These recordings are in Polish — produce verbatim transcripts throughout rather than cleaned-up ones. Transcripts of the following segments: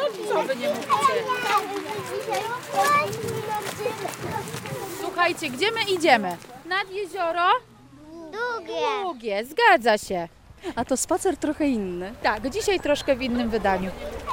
Co wy nie mówicie? Słuchajcie, gdzie my idziemy? Nad jezioro? Długie. Długie, zgadza się. A to spacer trochę inny. Tak, dzisiaj troszkę w innym wydaniu.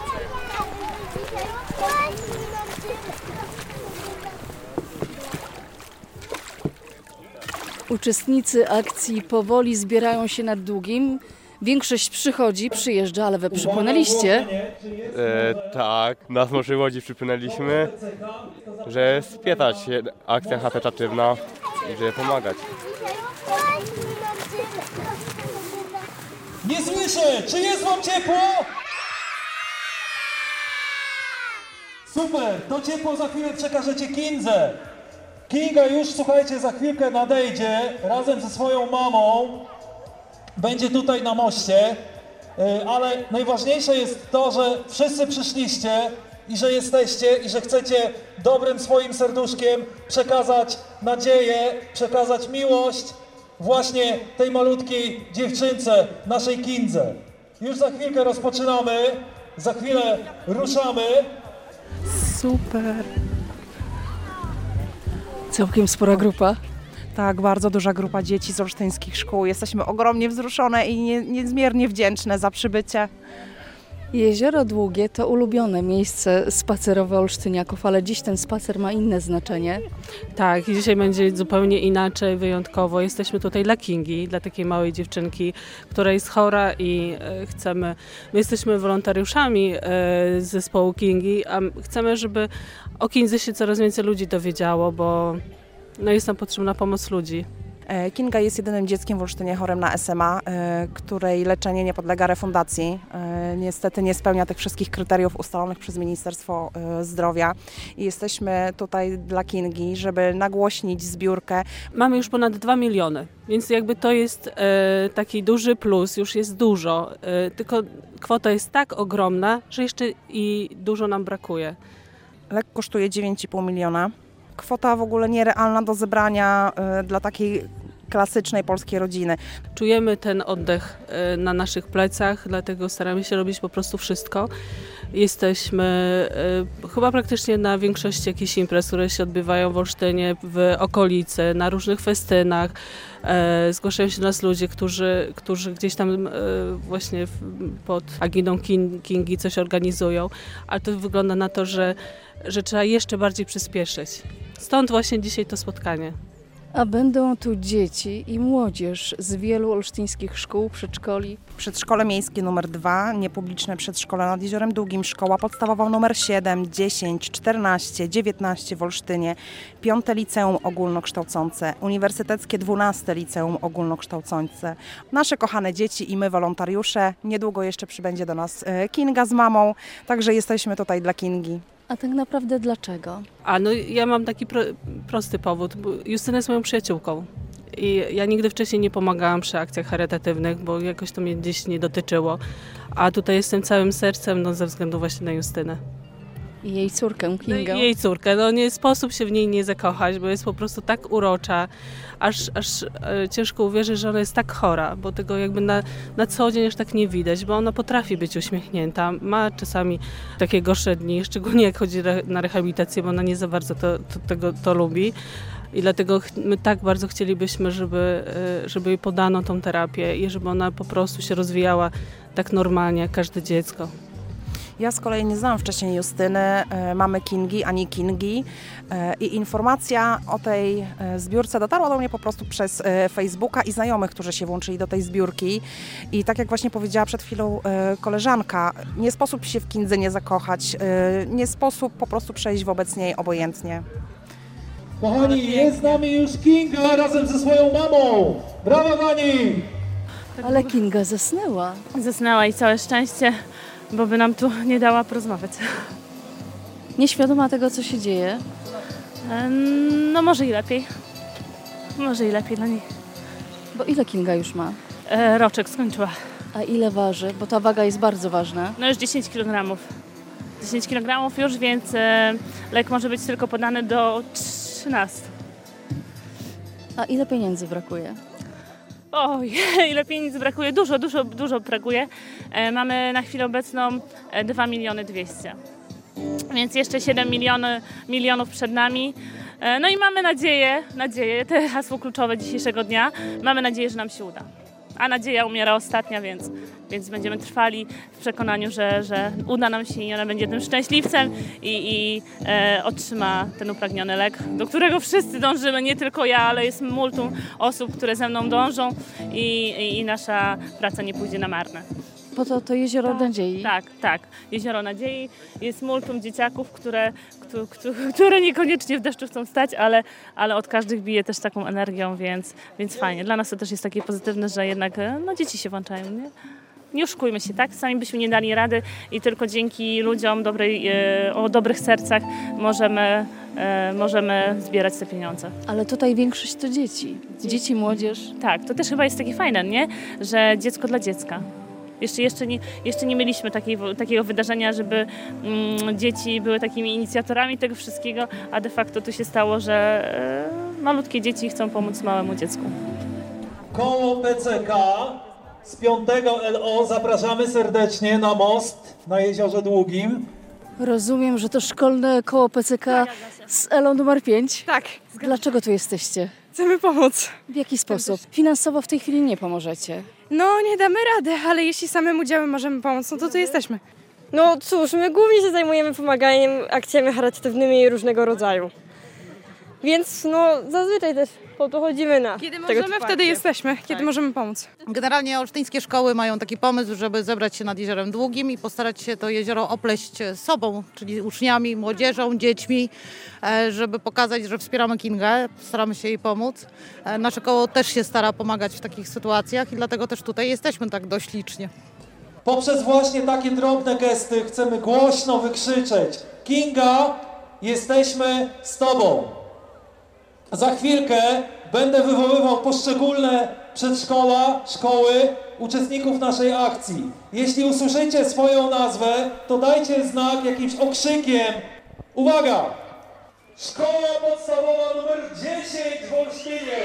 Uczestnicy akcji powoli zbierają się nad Długim. Większość przychodzi, przyjeżdża, ale wy przypłynęliście. E, tak, na naszej łodzi przypłynęliśmy, że spietać się akcja charytatywna i żeby pomagać. Nie słyszę! Czy jest wam ciepło? Super! To ciepło za chwilę przekażecie Kindze. Kinga już, słuchajcie, za chwilkę nadejdzie razem ze swoją mamą. Będzie tutaj na moście, ale najważniejsze jest to, że wszyscy przyszliście i że jesteście i że chcecie dobrym swoim serduszkiem przekazać nadzieję, przekazać miłość właśnie tej malutkiej dziewczynce, naszej Kindze. Już za chwilkę rozpoczynamy, za chwilę ruszamy. Super. Całkiem spora grupa. Tak, bardzo duża grupa dzieci z olsztyńskich szkół. Jesteśmy ogromnie wzruszone i nie, niezmiernie wdzięczne za przybycie. Jezioro Długie to ulubione miejsce spacerowe olsztyniaków, ale dziś ten spacer ma inne znaczenie. Tak, dzisiaj będzie zupełnie inaczej, wyjątkowo. Jesteśmy tutaj dla Kingi, dla takiej małej dziewczynki, która jest chora i e, chcemy, my jesteśmy wolontariuszami e, z zespołu Kingi, a chcemy, żeby o Kindze się coraz więcej ludzi dowiedziało, bo no, jest nam potrzebna pomoc ludzi. Kinga jest jedynym dzieckiem w Olsztynie chorym na S M A, której leczenie nie podlega refundacji. Niestety nie spełnia tych wszystkich kryteriów ustalonych przez Ministerstwo Zdrowia. I jesteśmy tutaj dla Kingi, żeby nagłośnić zbiórkę. Mamy już ponad dwa miliony, więc jakby to jest e, taki duży plus, już jest dużo, e, tylko kwota jest tak ogromna, że jeszcze i dużo nam brakuje. Lek kosztuje dziewięć i pół miliona. Kwota w ogóle nierealna do zebrania y, dla takiej klasycznej polskiej rodziny. Czujemy ten oddech y, na naszych plecach, dlatego staramy się robić po prostu wszystko. Jesteśmy y, chyba praktycznie na większości jakichś imprez, które się odbywają w Olsztynie, w okolicy, na różnych festynach. E, zgłaszają się do nas ludzie, którzy, którzy gdzieś tam e, właśnie w, pod agidą King, Kingi coś organizują, ale to wygląda na to, że, że trzeba jeszcze bardziej przyspieszyć. Stąd właśnie dzisiaj to spotkanie. A będą tu dzieci i młodzież z wielu olsztyńskich szkół, przedszkoli. Przedszkole miejskie numer dwa, niepubliczne przedszkole nad Jeziorem Długim, szkoła podstawowa numer siedem, dziesięć, czternaście, dziewiętnaście w Olsztynie, piąte liceum ogólnokształcące, uniwersyteckie dwunaste liceum ogólnokształcące. Nasze kochane dzieci i my wolontariusze. Niedługo jeszcze przybędzie do nas Kinga z mamą, także jesteśmy tutaj dla Kingi. A tak naprawdę dlaczego? A no ja mam taki pro, prosty powód, bo Justyna jest moją przyjaciółką i ja nigdy wcześniej nie pomagałam przy akcjach charytatywnych, bo jakoś to mnie gdzieś nie dotyczyło, a tutaj jestem całym sercem no, ze względu właśnie na Justynę. I jej córkę, Kingę. No, jej córkę, no nie sposób się w niej nie zakochać, bo jest po prostu tak urocza, aż, aż e, ciężko uwierzyć, że ona jest tak chora, bo tego jakby na, na co dzień już tak nie widać, bo ona potrafi być uśmiechnięta, ma czasami takie gorsze dni, szczególnie jak chodzi re, na rehabilitację, bo ona nie za bardzo to, to, tego, to lubi. I dlatego ch- my tak bardzo chcielibyśmy, żeby, e, żeby jej podano tą terapię i żeby ona po prostu się rozwijała tak normalnie jak każde dziecko. Ja z kolei nie znałam wcześniej Justyny, e, mamy Kingi, ani Kingi e, i informacja o tej e, zbiórce dotarła do mnie po prostu przez e, Facebooka i znajomych, którzy się włączyli do tej zbiórki i tak jak właśnie powiedziała przed chwilą e, koleżanka, nie sposób się w Kindze nie zakochać, e, nie sposób po prostu przejść wobec niej obojętnie. Kochani, jest z nami już Kinga razem ze swoją mamą. Brawa pani! Ale Kinga zasnęła. Zasnęła i całe szczęście, bo by nam tu nie dała porozmawiać. Nieświadoma tego, co się dzieje. No może i lepiej. Może i lepiej dla niej. Bo ile Kinga już ma? E, roczek skończyła. A ile waży? Bo ta waga jest bardzo ważna. No już dziesięć kilogramów. dziesięć kilogramów już, więc e, lek może być tylko podany do trzynastu. A ile pieniędzy brakuje? Oj, ile pieniędzy brakuje? Dużo, dużo, dużo brakuje. E, mamy na chwilę obecną e, dwa miliony dwieście. Więc jeszcze siedem miliony, milionów przed nami. E, no i mamy nadzieję, nadzieję, to hasło kluczowe dzisiejszego dnia, mamy nadzieję, że nam się uda. A nadzieja umiera ostatnia, więc, więc będziemy trwali w przekonaniu, że, że uda nam się i ona będzie tym szczęśliwcem i, i e, otrzyma ten upragniony lek, do którego wszyscy dążymy, nie tylko ja, ale jest multum osób, które ze mną dążą i, i, i nasza praca nie pójdzie na marne. Po to to Jezioro Nadziei. Tak, tak. Jezioro Nadziei. Jest multum dzieciaków, które, które, które niekoniecznie w deszczu chcą stać, ale, ale od każdych bije też taką energią, więc, więc fajnie. Dla nas to też jest takie pozytywne, że jednak no, dzieci się włączają, nie? Nie oszukujmy się, tak? Sami byśmy nie dali rady i tylko dzięki ludziom dobrej, e, o dobrych sercach możemy, e, możemy zbierać te pieniądze. Ale tutaj większość to dzieci. Dzieci, młodzież. Tak, to też chyba jest takie fajne, nie? Że dziecko dla dziecka. Jeszcze, jeszcze, nie, jeszcze nie mieliśmy takiej, takiego wydarzenia, żeby mm, dzieci były takimi inicjatorami tego wszystkiego, a de facto tu się stało, że e, malutkie dzieci chcą pomóc małemu dziecku. Koło P C K z piątego L O zapraszamy serdecznie na most na Jeziorze Długim. Rozumiem, że to szkolne koło P C K z Elą numer pięć. Tak. Dlaczego tu jesteście? Chcemy pomóc. W jaki sposób? Finansowo w tej chwili nie pomożecie. No nie damy rady, ale jeśli samemu działamy możemy pomóc, no to tu jesteśmy. No cóż, my głównie się zajmujemy pomaganiem akcjami charytatywnymi różnego rodzaju. Więc no zazwyczaj też po to chodzimy na Kiedy tego możemy, typu wtedy akcje. jesteśmy, kiedy możemy pomóc. Generalnie olsztyńskie szkoły mają taki pomysł, żeby zebrać się nad Jeziorem Długim i postarać się to jezioro opleść sobą, czyli uczniami, młodzieżą, dziećmi, e, żeby pokazać, że wspieramy Kingę, staramy się jej pomóc. E, Nasze koło też się stara pomagać w takich sytuacjach i dlatego też tutaj jesteśmy tak dość licznie. Poprzez właśnie takie drobne gesty chcemy głośno wykrzyczeć: Kinga, jesteśmy z Tobą. Za chwilkę będę wywoływał poszczególne przedszkola, szkoły, uczestników naszej akcji. Jeśli usłyszycie swoją nazwę, to dajcie znak jakimś okrzykiem. Uwaga! Szkoła podstawowa numer dziesięć w Olsztynie.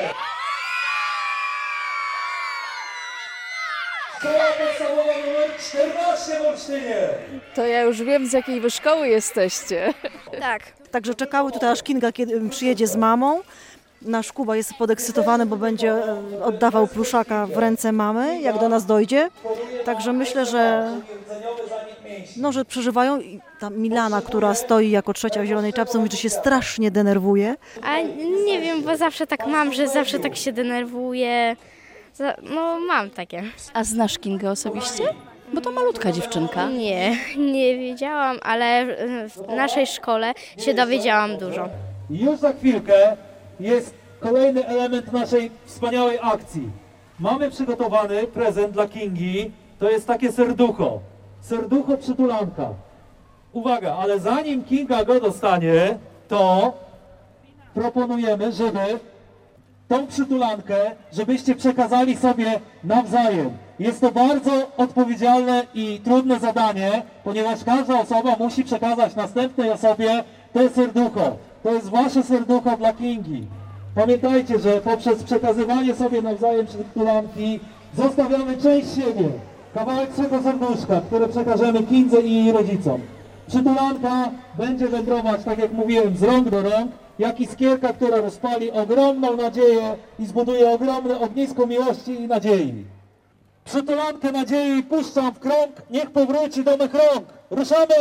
Szkoła podstawowa numer czternaście w Olsztynie. To ja już wiem, z jakiej wy szkoły jesteście. Tak. Także czekały tutaj aż Kinga kiedy przyjedzie z mamą. Nasz Kuba jest podekscytowany, bo będzie oddawał pluszaka w ręce mamy, jak do nas dojdzie. Także myślę, że, no, że przeżywają. I ta Milana, która stoi jako trzecia w zielonej czapce, mówi, że się strasznie denerwuje. A nie wiem, bo zawsze tak mam, że zawsze tak się denerwuję. No mam takie. A znasz Kingę osobiście? Bo to malutka dziewczynka. Nie, nie wiedziałam, ale w naszej szkole się dowiedziałam dużo. Już za chwilkę jest kolejny element naszej wspaniałej akcji. Mamy przygotowany prezent dla Kingi. To jest takie serducho. Serducho przytulanka. Uwaga, ale zanim Kinga go dostanie, to proponujemy, żeby tą przytulankę, żebyście przekazali sobie nawzajem. Jest to bardzo odpowiedzialne i trudne zadanie, ponieważ każda osoba musi przekazać następnej osobie to serducho. To jest wasze serducho dla Kingi. Pamiętajcie, że poprzez przekazywanie sobie nawzajem przytulanki zostawiamy część siebie. Kawałek swego serduszka, które przekażemy Kindze i jej rodzicom. Przytulanka będzie wędrować, tak jak mówiłem, z rąk do rąk, jak iskierka, która rozpali ogromną nadzieję i zbuduje ogromne ognisko miłości i nadziei. Przytulankę nadziei puszczam w krąg, niech powróci do mych rąk. Ruszamy!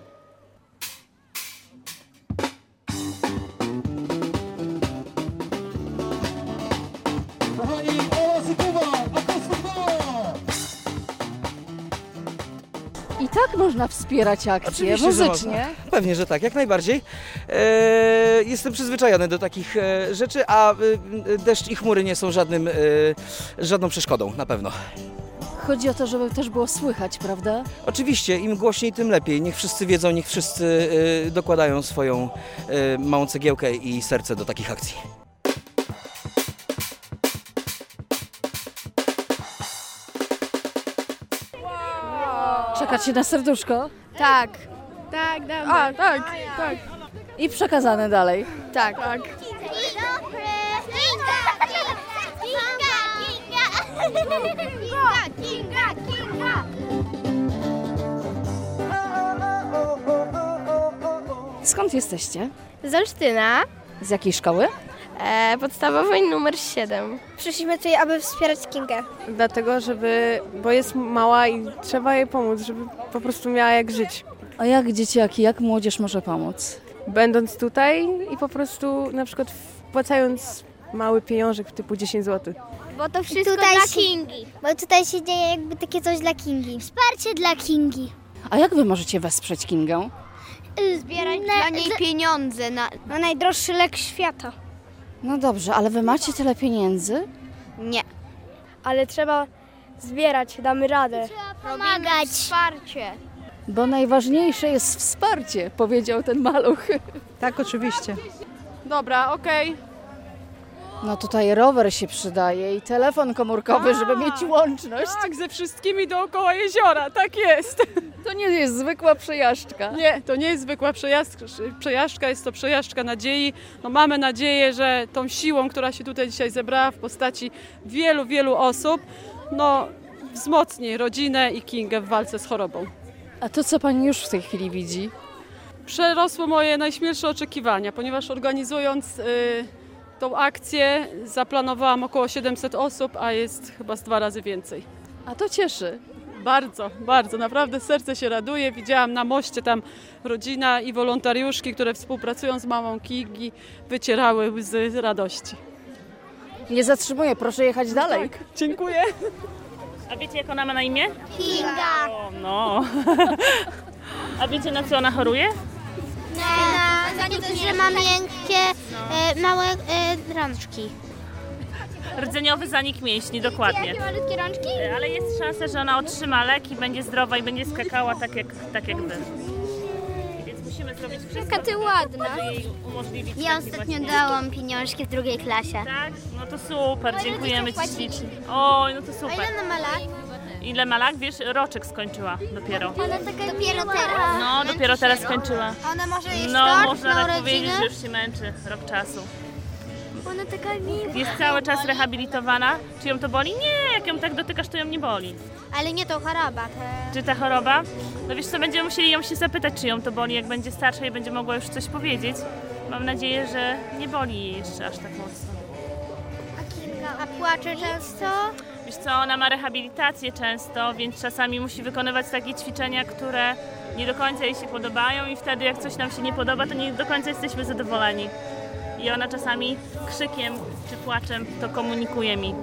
Kochani, Ola Sykuwa, akustyka! I tak można wspierać akcje Oczywiście, że muzycznie. można. Pewnie, że tak, jak najbardziej. E, jestem przyzwyczajony do takich e, rzeczy, a e, deszcz i chmury nie są żadnym, e, żadną przeszkodą, na pewno. Chodzi o to, żeby też było słychać, prawda? Oczywiście, im głośniej, tym lepiej. Niech wszyscy wiedzą, niech wszyscy e, dokładają swoją e, małą cegiełkę i serce do takich akcji. Czekacie na serduszko? Tak. Tak, dobra. A, tak, tak. I przekazane dalej. Tak. Tak. Dzień dobry! Kinga! Kinga! Kinga! Kinga, Kinga, Kinga! Skąd jesteście? Z Olsztyna. Z jakiej szkoły? E, podstawowej numer siedem. Przyszliśmy tutaj, aby wspierać Kingę. Dlatego, żeby, bo jest mała i trzeba jej pomóc, żeby po prostu miała jak żyć. A jak dzieciaki, jak młodzież może pomóc? Będąc tutaj i po prostu na przykład wpłacając mały pieniążek typu dziesięć złotych. Bo to wszystko tutaj dla Kingi. Bo tutaj się dzieje jakby takie coś dla Kingi. Wsparcie dla Kingi. A jak wy możecie wesprzeć Kingę? Zbierać dla niej pieniądze na, na najdroższy lek świata. No dobrze, ale wy macie tyle pieniędzy? Nie. Ale trzeba zbierać, damy radę. Pomagać. Wsparcie. Bo najważniejsze jest wsparcie, powiedział ten maluch. Tak, oczywiście. Dobra, okej. No tutaj rower się przydaje i telefon komórkowy, żeby mieć łączność. Tak, ze wszystkimi dookoła jeziora, tak jest. To nie jest zwykła przejażdżka. Nie, to nie jest zwykła przejażdżka, przejażdżka jest to przejażdżka nadziei. No mamy nadzieję, że tą siłą, która się tutaj dzisiaj zebrała w postaci wielu, wielu osób, no wzmocni rodzinę i Kingę w walce z chorobą. A to co pani już w tej chwili widzi? Przerosło moje najśmielsze oczekiwania, ponieważ organizując y, tą akcję zaplanowałam około siedemset osób, a jest chyba z dwa razy więcej. A to cieszy. Bardzo, bardzo, naprawdę serce się raduje. Widziałam na moście tam rodzina i wolontariuszki, które współpracują z mamą Kingi, wycierały łzy z radości. Nie zatrzymuję, proszę jechać dalej. Tak, dziękuję. A wiecie, jak ona ma na imię? Kinga. O, no. A wiecie, na co ona choruje? Na, na to, że ma miękkie, e, małe e, rączki. Rdzeniowy zanik mięśni, dokładnie. Jakie malutkie rączki? Ale jest szansa, że ona otrzyma lek i będzie zdrowa i będzie skakała tak jak, tak jak wy. Więc musimy zrobić wszystko, Jaka ty żeby- ładna. żeby jej umożliwić Ja taki ostatnio właśnie- dałam pieniążki w drugiej klasie. Tak? No to super, O, ile dziękujemy ty ci płacisz? ślicznie. Oj, no to A super. ile ona ma lat? Ile ma lat? Wiesz, roczek skończyła dopiero. Ona taka dopiero teraz. No, dopiero teraz skończyła. Ona może jeść No, tort można na tak powiedzieć, urodziny? że już się męczy rok czasu. Ona taka miła. Jest cały czas rehabilitowana. Czy ją to boli? Nie, jak ją tak dotykasz, to ją nie boli. Ale nie to choroba. Te... Czy ta choroba? No wiesz co, będziemy musieli ją się zapytać, czy ją to boli, jak będzie starsza i będzie mogła już coś powiedzieć. Mam nadzieję, że nie boli jej jeszcze aż tak mocno. A Kinga, a płacze często? Wiesz co, ona ma rehabilitację często, więc czasami musi wykonywać takie ćwiczenia, które nie do końca jej się podobają i wtedy jak coś nam się nie podoba, to nie do końca jesteśmy zadowoleni. I ona czasami krzykiem czy płaczem to komunikuje mi.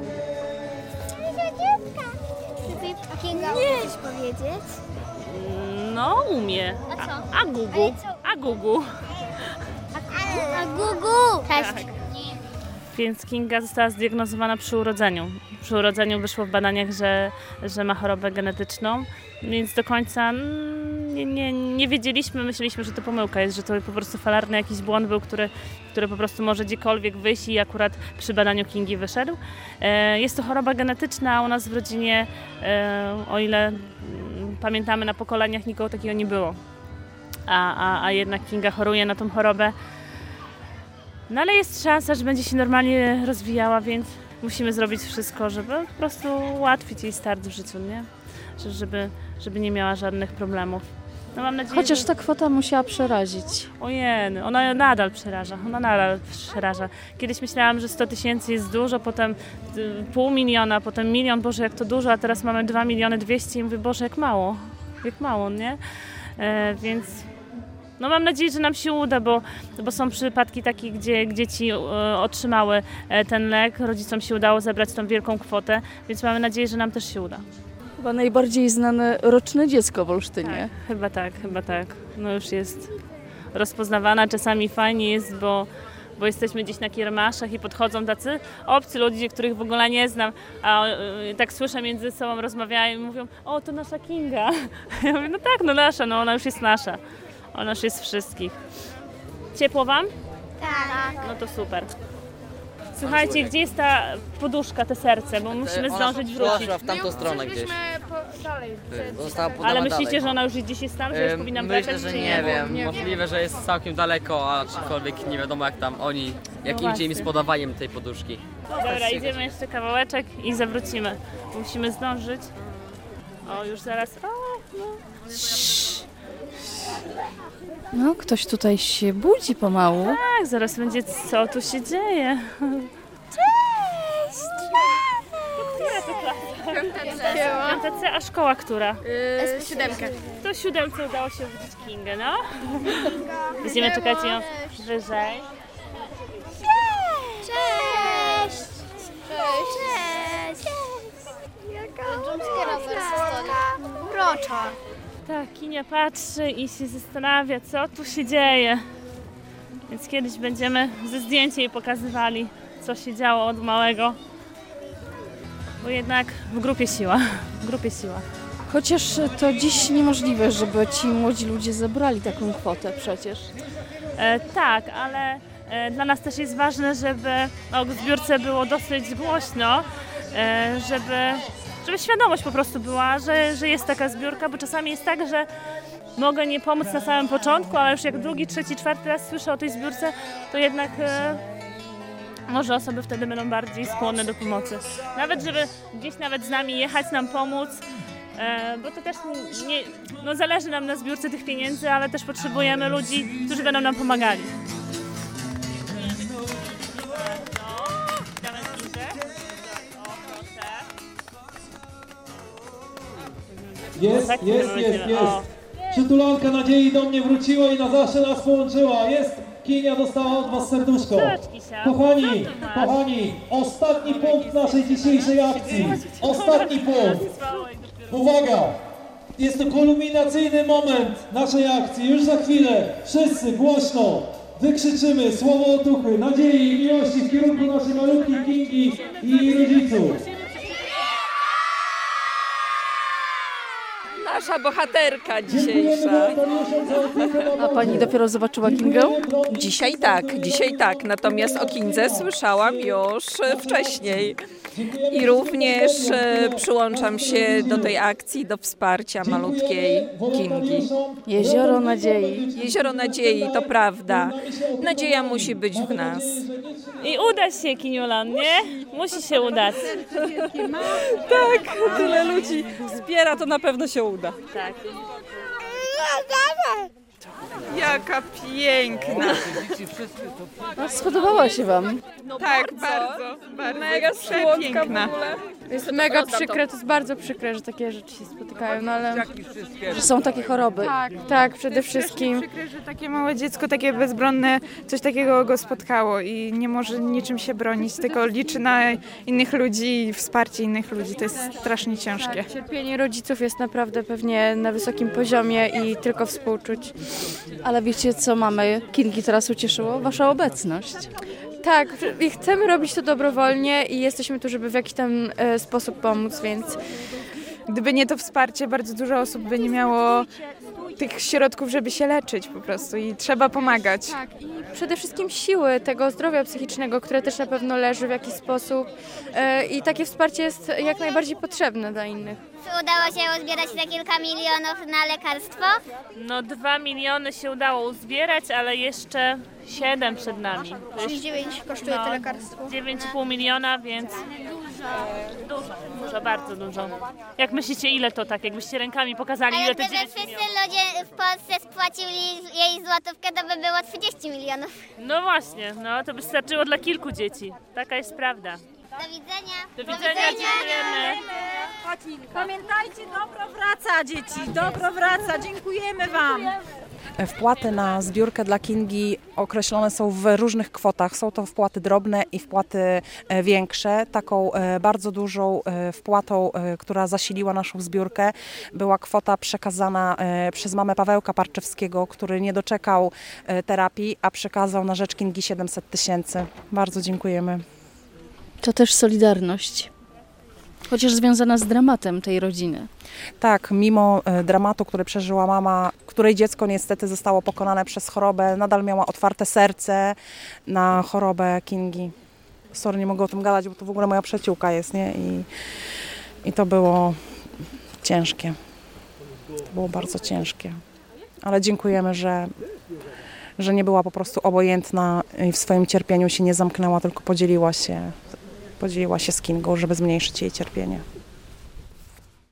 A Kinga umie coś powiedzieć? No, umie. A co? A, a Gugu. A Gugu. A Gugu! Cześć. Tak. Więc Kinga została zdiagnozowana przy urodzeniu. Przy urodzeniu wyszło w badaniach, że, że ma chorobę genetyczną, więc do końca mm, nie, nie, nie wiedzieliśmy, myśleliśmy, że to pomyłka jest, że to po prostu falarny jakiś błąd był, który, który po prostu może gdziekolwiek wyjść i akurat przy badaniu Kingi wyszedł. E, jest to choroba genetyczna, u nas w rodzinie, e, o ile mm, pamiętamy, na pokoleniach nikogo takiego nie było. A, a, a jednak Kinga choruje na tą chorobę. No ale jest szansa, że będzie się normalnie rozwijała, więc musimy zrobić wszystko, żeby po prostu ułatwić jej start w życiu, nie? Że- Żeby, żeby nie miała żadnych problemów. No mam nadzieję, Chociaż że... ta kwota musiała przerazić. Ojej, ona nadal przeraża, ona nadal przeraża. Kiedyś myślałam, że sto tysięcy jest dużo, potem y, pół miliona, potem milion, Boże jak to dużo, a teraz mamy dwa miliony dwieście i mówię, Boże jak mało, jak mało, nie? E, więc... No mam nadzieję, że nam się uda, bo, bo są przypadki takie, gdzie, gdzie dzieci e, otrzymały e, ten lek, rodzicom się udało zebrać tą wielką kwotę, więc mamy nadzieję, że nam też się uda. Chyba najbardziej znane roczne dziecko w Olsztynie. Tak, chyba tak, chyba tak. No już jest rozpoznawana, czasami fajnie jest, bo, bo jesteśmy gdzieś na kiermaszach i podchodzą tacy obcy ludzie, których w ogóle nie znam, a e, tak słyszę między sobą, rozmawiają i mówią, o to nasza Kinga. Ja mówię, no tak, no nasza, no ona już jest nasza. Ona już jest wszystkich. Ciepło wam? Tak. No to super. Słuchajcie, gdzie jest ta poduszka, te serce, bo musimy Ona zdążyć wrócić. poszła w tamtą stronę gdzieś. po, Została podana Ale myślicie, dalej. że ona już gdzieś jest tam, że już powinna Myślę, wracać, że czy nie wiem. Możliwe, że jest całkiem daleko, a aczkolwiek nie wiadomo jak tam oni, jakim właśnie. idzie im z podawaniem tej poduszki. Dobra, idziemy jeszcze kawałeczek i zawrócimy. Musimy zdążyć. O, już zaraz. O, no. No, ktoś tutaj się budzi pomału. Tak, zaraz będzie, co tu się dzieje. Cześć! Która to klasa? Piąta C, a szkoła która? Yy, siódemka. To siódemce udało się obudzić Kingę, no? Będziemy czekać ją wyżej. Cześć! Cześć! Cześć! Jaka urocza. Tak, Kinia patrzy i się zastanawia, co tu się dzieje. Więc kiedyś będziemy ze zdjęcia jej pokazywali, co się działo od małego. Bo jednak w grupie siła. W grupie siła. Chociaż to dziś niemożliwe, żeby ci młodzi ludzie zebrali taką kwotę przecież. E, tak, ale e, dla nas też jest ważne, żeby o zbiórce było dosyć głośno, e, żeby, żeby świadomość po prostu była, że, że jest taka zbiórka, bo czasami jest tak, że mogę nie pomóc na samym początku, ale już jak drugi, trzeci, czwarty raz słyszę o tej zbiórce, to jednak e, może osoby wtedy będą bardziej skłonne do pomocy. Nawet, żeby gdzieś nawet z nami jechać, nam pomóc, e, bo to też nie, no zależy nam na zbiórce tych pieniędzy, ale też potrzebujemy ludzi, którzy będą nam pomagali. Jest, Tak, jest, będziemy. jest, jest. O. Przytulanka nadziei do mnie wróciła i na zawsze nas połączyła. Jest, Kinia dostała od was serduszko. Kochani, kochani, ostatni punkt naszej dzisiejszej akcji. Ostatni punkt. Uwaga! Jest to kulminacyjny moment naszej akcji. Już za chwilę wszyscy głośno wykrzyczymy słowo otuchy, nadziei i miłości w kierunku naszej malutkiej Kingi i jej rodziców. Nasza bohaterka dzisiejsza. A pani dopiero zobaczyła Kingę? Dzisiaj tak, dzisiaj tak. Natomiast o Kindze słyszałam już wcześniej. I również e, przyłączam się do tej akcji, do wsparcia malutkiej Kingi. Jezioro Nadziei. Jezioro Nadziei, to prawda. Nadzieja musi być w nas. I uda się, Kiniulan, nie? Musi się udać. Tak, tyle ludzi wspiera, to na pewno się uda. Tak. Jaka piękna. A spodobała się wam? Tak, bardzo, bardzo. Mega przepiękna. Jest mega przykre, to jest bardzo przykre, że takie rzeczy się spotykają, no ale... Że są takie choroby. Tak, tak, przede wszystkim. Przykre, że takie małe dziecko, takie bezbronne, coś takiego go spotkało i nie może niczym się bronić, tylko liczy na innych ludzi i wsparcie innych ludzi. To jest strasznie ciężkie. Tak, cierpienie rodziców jest naprawdę pewnie na wysokim poziomie i tylko współczuć. Ale wiecie co mamy Kingi teraz ucieszyło? Wasza obecność. Tak, i chcemy robić to dobrowolnie i jesteśmy tu, żeby w jakiś tam e, sposób pomóc, więc... Gdyby nie to wsparcie, bardzo dużo osób by nie miało tych środków, żeby się leczyć po prostu i trzeba pomagać. Tak, i przede wszystkim siły tego zdrowia psychicznego, które też na pewno leży w jakiś sposób e, i takie wsparcie jest jak najbardziej potrzebne dla innych. Czy udało się uzbierać te kilka milionów na lekarstwo? No dwa miliony się udało uzbierać, ale jeszcze siedem przed nami. Czyli dziewięć kosztuje to lekarstwo. dziewięć i pół miliona, więc dużo, dużo, bardzo dużo. Jak myślicie, ile to tak? Jakbyście rękami pokazali, Ale ile to gdyby dziewięć wszyscy milionów? ludzie w Polsce spłacili jej złotówkę, to by było trzydzieści milionów. No właśnie, no to by starczyło dla kilku dzieci. Taka jest prawda. Do widzenia. Do widzenia, dziękujemy. Pamiętajcie, dobro wraca, dzieci, dobro wraca, dziękujemy Wam. Wpłaty na zbiórkę dla Kingi określone są w różnych kwotach. Są to wpłaty drobne i wpłaty większe. Taką bardzo dużą wpłatą, która zasiliła naszą zbiórkę, była kwota przekazana przez mamę Pawełka Parczewskiego, który nie doczekał terapii, a przekazał na rzecz Kingi siedemset tysięcy. Bardzo dziękujemy. To też solidarność. Chociaż związana z dramatem tej rodziny. Tak, mimo e, dramatu, który przeżyła mama, której dziecko niestety zostało pokonane przez chorobę, nadal miała otwarte serce na chorobę Kingi. Sorry, nie mogę o tym gadać, bo to w ogóle moja przyjaciółka jest, nie? I, i to było ciężkie. To było bardzo ciężkie. Ale dziękujemy, że, że nie była po prostu obojętna i w swoim cierpieniu się nie zamknęła, tylko podzieliła się, podzieliła się z Kingą, żeby zmniejszyć jej cierpienie.